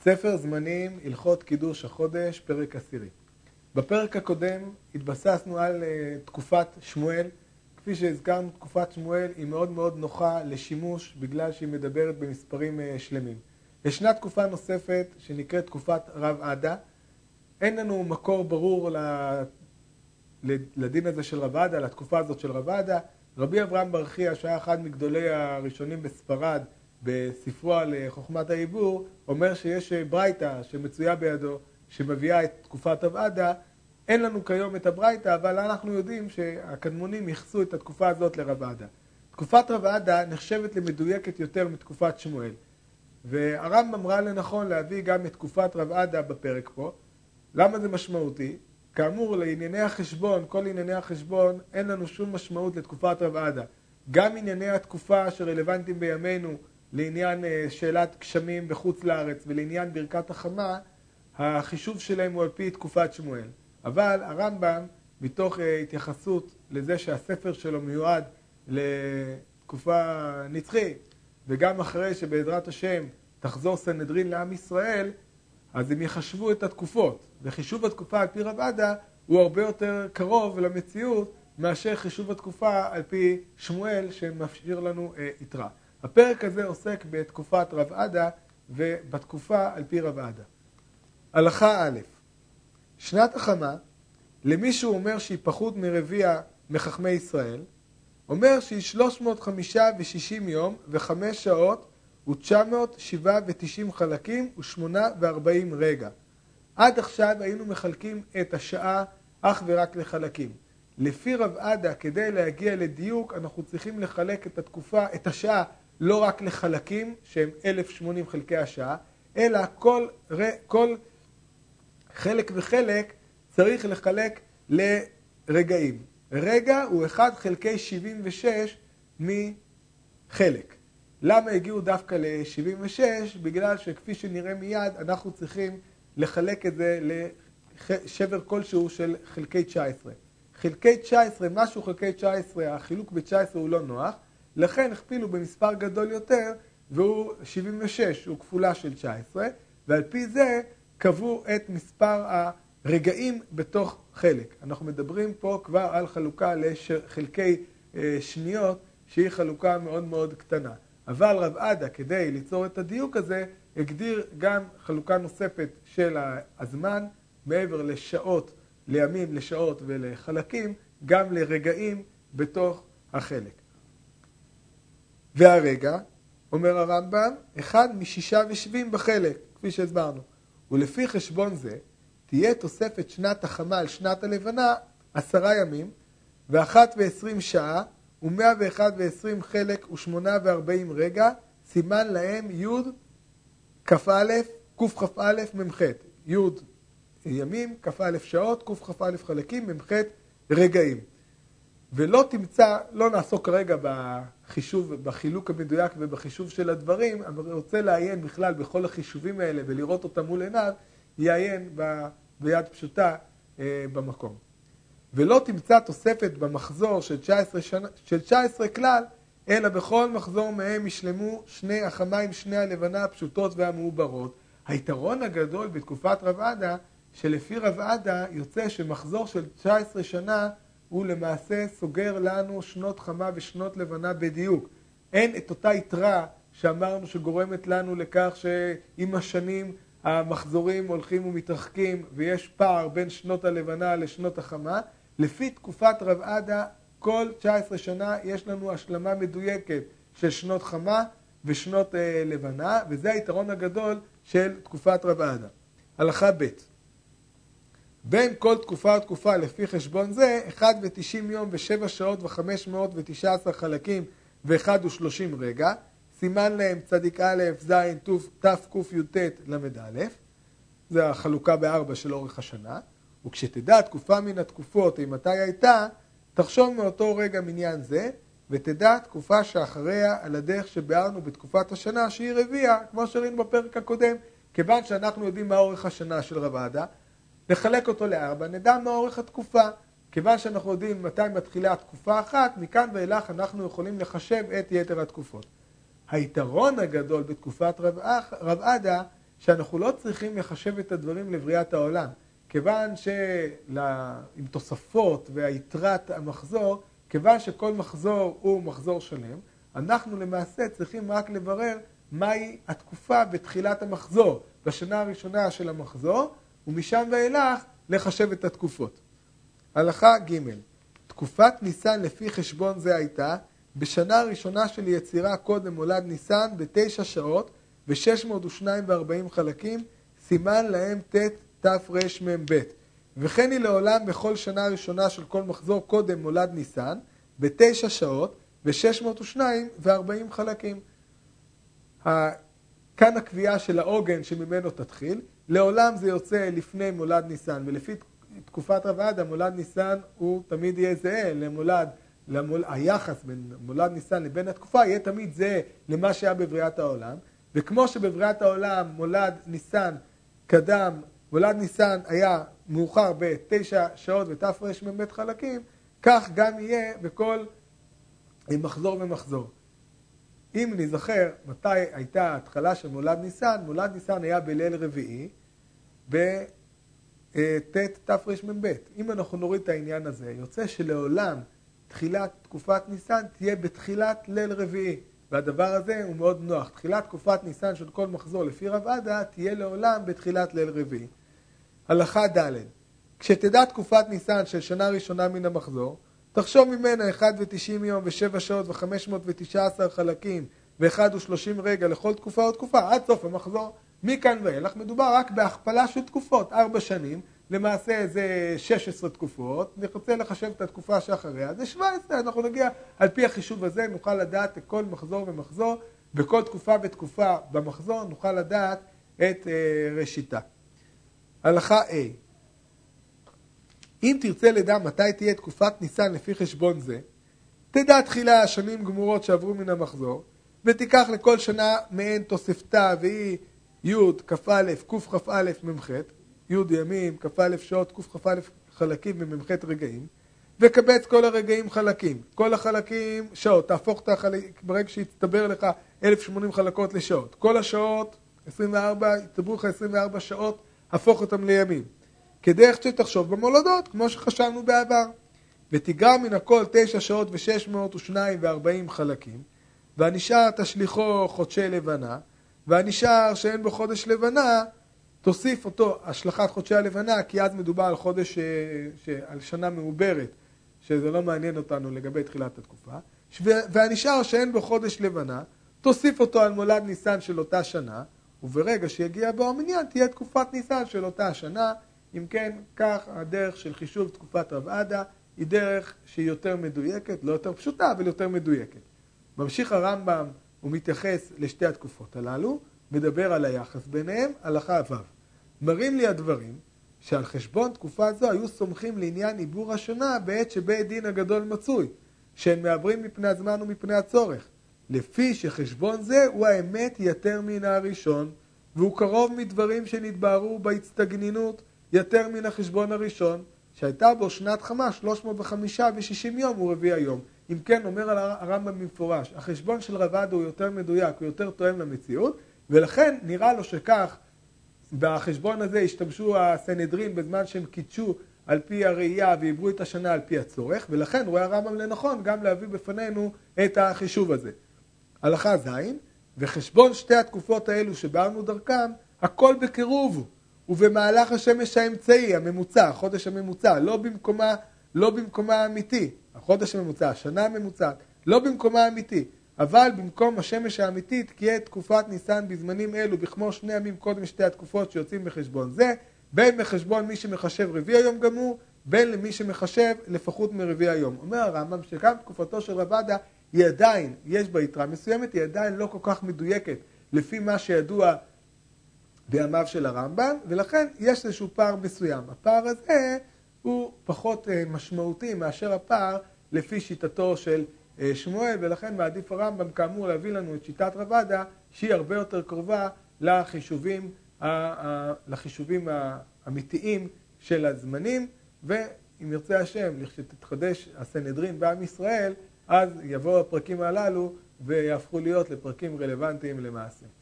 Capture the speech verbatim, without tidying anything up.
ספר זמנים, הלכות קידוש החודש, פרק עשירי. בפרק הקודם התבססנו על uh, תקופת שמואל. כפי שהזכרנו, תקופת שמואל היא מאוד מאוד נוחה לשימוש בגלל שהיא מדברת במספרים uh, שלמים. ישנה תקופה נוספת שנקראת תקופת רב עדה. אין לנו מקור ברור לדין הזה של רב עדה, לתקופה הזאת של רב עדה. רבי אברהם בר חייא, שהיה אחד מגדולי הראשונים בספרד, בספרו על חוכמת העיבור, אומר שיש ברייתא שמצויה בידו, שמביאה את תקופת רב עדה. אין לנו כיום את הברייתא, אבל אנחנו יודעים שהקדמונים ייחסו את התקופה הזאת לרב עדה. תקופת רב עדה נחשבת למדויקת יותר מתקופת שמואל. והרמב"ם ראה לנכון להביא גם את תקופת רב עדה בפרק פה. למה זה משמעותי? כאמור, לענייני החשבון, כל ענייני החשבון, אין לנו שום משמעות לתקופת רב עדה. גם ענייני התקופה שרלוונטיים בימינו, לעניין שאלת גשמים בחוץ לארץ ולעניין ברכת החמה, החישוב שלהם הוא על פי תקופת שמואל. אבל הרמב"ם, מתוך התייחסות לזה שהספר שלו מיועד לתקופה נצחית, וגם אחרי שבעזרת השם תחזור סנהדרין לעם ישראל, אז הם יחשבו את התקופות. וחישוב התקופה על פי רב עדה הוא הרבה יותר קרוב למציאות מאשר חישוב התקופה על פי שמואל שמאפשר לנו אה, יתרה. הפרק הזה עוסק בתקופת רב עדה ובתקופה על פי רב עדה. הלכה א', שנת החמה, למי שהוא אומר שהיא פחות מרביע מחכמי ישראל, אומר שהיא שלוש מאות וחמישים ושישה יום וחמש שעות ותשע מאות שבע ותשעים חלקים ושמונה וארבעים רגע. עד עכשיו היינו מחלקים את השעה אך ורק לחלקים. לפי רב עדה, כדי להגיע לדיוק, אנחנו צריכים לחלק את התקופה, את השעה, לא רק לחלקים, שהם אלף ושמונים חלקי השעה, אלא כל, כל חלק וחלק צריך לחלק לרגעים. רגע הוא אחד חלקי שבעים ושש מחלק. למה הגיעו דווקא ל-שבעים ושש? בגלל שכפי שנראה מיד, אנחנו צריכים לחלק את זה לשבר כלשהו של חלקי תשע עשרה. חלקי תשע עשרה, משהו חלקי תשע עשרה, החילוק ב-תשע עשרה הוא לא נוח, לכן הכפילו במספר גדול יותר, והוא שבעים ושש, הוא כפולה של תשע עשרה, ועל פי זה קבעו את מספר הרגעים בתוך חלק. אנחנו מדברים פה כבר על חלוקה לחלקי שניות, שהיא חלוקה מאוד מאוד קטנה. אבל רב עדה, כדי ליצור את הדיוק הזה, הגדיר גם חלוקה נוספת של הזמן, מעבר לשעות, לימים, לשעות ולחלקים, גם לרגעים בתוך החלק. והרגע, אומר הרמב"ם, אחד משישה ושבעים בחלק, כפי שהסברנו. ולפי חשבון זה, תהיה תוספת שנת החמה על שנת הלבנה עשרה ימים, ואחת ועשרים שעה, ומאה ואחת ועשרים חלק ושמונה וארבעים רגע, סימן להם י' כ"א, קכ"א ממ"ח. י' ימים, כ"א שעות, קכ"א חלקים, ממ"ח רגעים. ולא תמצא, לא נעסוק כרגע בחישוב, בחילוק המדויק ובחישוב של הדברים, אבל רוצה לעיין בכלל בכל החישובים האלה ולראות אותם מול עיניו, יעיין ב, ביד פשוטה אה, במקום. ולא תמצא תוספת במחזור של תשע עשרה, שנה, של תשע עשרה כלל, אלא בכל מחזור מהם ישלמו שני החמה עם שני הלבנה הפשוטות והמעוברות. היתרון הגדול בתקופת רב עדה, שלפי רב עדה יוצא שמחזור של תשע עשרה שנה הוא למעשה סוגר לנו שנות חמה ושנות לבנה בדיוק. אין את אותה יתרה שאמרנו שגורמת לנו לכך שעם השנים המחזורים הולכים ומתרחקים ויש פער בין שנות הלבנה לשנות החמה. לפי תקופת רב עדה, כל תשע עשרה שנה יש לנו השלמה מדויקת של שנות חמה ושנות אה, לבנה, וזה היתרון הגדול של תקופת רב עדה. הלכה ב' בין כל תקופה ותקופה לפי חשבון זה, אחד ותשעים יום ושבע שעות וחמש מאות ותשע עשרה חלקים ואחד ושלושים רגע, סימן להם צדיק א', ז', ת', ק', י', ט', למד א', זה החלוקה בארבע של אורך השנה, וכשתדע תקופה מן התקופות, אם מתי הייתה, תחשוב מאותו רגע מניין זה, ותדע תקופה שאחריה על הדרך שביארנו בתקופת השנה שהיא רביעה, כמו שראינו בפרק הקודם, כיוון שאנחנו יודעים מה אורך השנה של רב עדה, נחלק אותו לארבע, נדע מה אורך התקופה. כיוון שאנחנו יודעים מתי מתחילה התקופה אחת, מכאן ואילך אנחנו יכולים לחשב את יתר התקופות. היתרון הגדול בתקופת רב, רב עדה, שאנחנו לא צריכים לחשב את הדברים לבריאת העולם, כיוון שעם תוספות והיתרת המחזור, כיוון שכל מחזור הוא מחזור שלם, אנחנו למעשה צריכים רק לברר מהי התקופה בתחילת המחזור, בשנה הראשונה של המחזור, ומשם ואילך לחשב את התקופות. הלכה ג' תקופת ניסן לפי חשבון זה הייתה, בשנה הראשונה של יצירה קודם מולד ניסן בתשע שעות ושש מאות ושניים וארבעים חלקים, סימן להם ת' תרמ"ב. וכן היא לעולם בכל שנה ראשונה של כל מחזור קודם מולד ניסן, בתשע שעות ושש מאות ושניים וארבעים חלקים. כאן הקביעה של העוגן שממנו תתחיל, לעולם זה יוצא לפני מולד ניסן, ולפי תקופת רב עדה מולד ניסן הוא תמיד יהיה זהה למולד, למול, היחס בין מולד ניסן לבין התקופה יהיה תמיד זהה למה שהיה בבריאת העולם, וכמו שבבריאת העולם מולד ניסן קדם, מולד ניסן היה מאוחר בתשע שעות ותרמ"ב חלקים, כך גם יהיה בכל מחזור ומחזור. אם נזכר מתי הייתה ההתחלה של מולד ניסן, מולד ניסן היה בליל רביעי בת' תרמ"ב. אם אנחנו נוריד את העניין הזה, יוצא שלעולם תחילת תקופת ניסן תהיה בתחילת ליל רביעי. והדבר הזה הוא מאוד נוח. תחילת תקופת ניסן של כל מחזור לפי רב עדה תהיה לעולם בתחילת ליל רביעי. הלכה ד' כשתדע תקופת ניסן של שנה ראשונה מן המחזור, תחשוב ממנה אחד ותשעים יום ושבע שעות וחמש מאות ותשע עשרה חלקים ואחד ושלושים רגע לכל תקופה או תקופה עד סוף המחזור. מכאן ואילך מדובר רק בהכפלה של תקופות, ארבע שנים, למעשה זה שש עשרה תקופות, נרצה לחשב את התקופה שאחריה, זה שבע עשרה, אנחנו נגיע על פי החישוב הזה, נוכל לדעת כל מחזור ומחזור, בכל תקופה ותקופה במחזור נוכל לדעת את ראשיתה. הלכה A אם תרצה לדע מתי תהיה תקופת ניסן לפי חשבון זה, תדע תחילה השנים גמורות שעברו מן המחזור, ותיקח לכל שנה מעין תוספתה והיא י' כ"א קכ"א ממ"ח, י' ימים כ"א שעות קכ"א חלקים וממ"ח רגעים, וקבץ כל הרגעים חלקים, כל החלקים שעות, תהפוך את החלקים, ברגע שיצטבר לך אלף ושמונים חלקות לשעות, כל השעות עשרים וארבע, יצטברו לך עשרים וארבע שעות, הפוך אותם לימים. כדרך שתחשוב במולדות, כמו שחשבנו בעבר. ותיגרע מן הכל תשע שעות ושש מאות ושניים וארבעים חלקים, והנשאר תשליחו חודשי לבנה, והנשאר שאין בו חודש לבנה, תוסיף אותו השלכת חודשי הלבנה, כי אז מדובר על חודש, ש... ש... על שנה מעוברת, שזה לא מעניין אותנו לגבי תחילת התקופה, והנשאר שאין בו חודש לבנה, תוסיף אותו על מולד ניסן של אותה שנה, וברגע שיגיע בו המניין תהיה תקופת ניסן של אותה שנה. אם כן, כך הדרך של חישוב תקופת רב עדה היא דרך שהיא יותר מדויקת, לא יותר פשוטה, אבל יותר מדויקת. ממשיך הרמב"ם ומתייחס לשתי התקופות הללו, מדבר על היחס ביניהם, הלכה ו'. מראים לי הדברים שעל חשבון תקופה זו היו סומכים לעניין עיבור השנה בעת שבית דין הגדול מצוי, שהם מעברים מפני הזמן ומפני הצורך, לפי שחשבון זה הוא האמת יותר מן הראשון, והוא קרוב מדברים שנתבהרו בהצטגנינות יותר מן החשבון הראשון, שהייתה בו שנת חמה שלוש מאות וחמישה ושישים יום ורביעי היום. אם כן, אומר על הרמב"ם במפורש, החשבון של רב עדה הוא יותר מדויק, הוא יותר תואם למציאות, ולכן נראה לו שכך בחשבון הזה השתמשו הסנהדרין בזמן שהם קידשו על פי הראייה ועברו את השנה על פי הצורך, ולכן רואה הרמב"ם לנכון גם להביא בפנינו את החישוב הזה. הלכה ז' וחשבון שתי התקופות האלו שבארנו דרכם, הכל בקירוב הוא. ובמהלך השמש האמצעי, הממוצע, החודש הממוצע, לא במקומה, לא במקומה האמיתי, החודש הממוצע, השנה הממוצעת, לא במקומה האמיתי, אבל במקום השמש האמיתית, תהיה תקופת ניסן בזמנים אלו, בכמו שני ימים קודם שתי התקופות שיוצאים בחשבון זה, בין מחשבון מי שמחשב רביעי היום גמור, בין למי שמחשב לפחות מרביעי היום. אומר הרמב"ם שגם תקופתו של רב עדה היא עדיין, יש בה יתרה מסוימת, היא עדיין לא כל כך מדויקת, לפי מה שידוע בימיו של הרמב"ם, ולכן יש איזשהו פער מסוים. הפער הזה הוא פחות משמעותי מאשר הפער לפי שיטתו של שמואל, ולכן מעדיף הרמב"ם כאמור להביא לנו את שיטת רב עדה, שהיא הרבה יותר קרובה לחישובים, לחישובים האמיתיים של הזמנים, ואם ירצה השם, לכשתתחדש הסנהדרין בעם ישראל, אז יבואו הפרקים הללו ויהפכו להיות לפרקים רלוונטיים למעשה.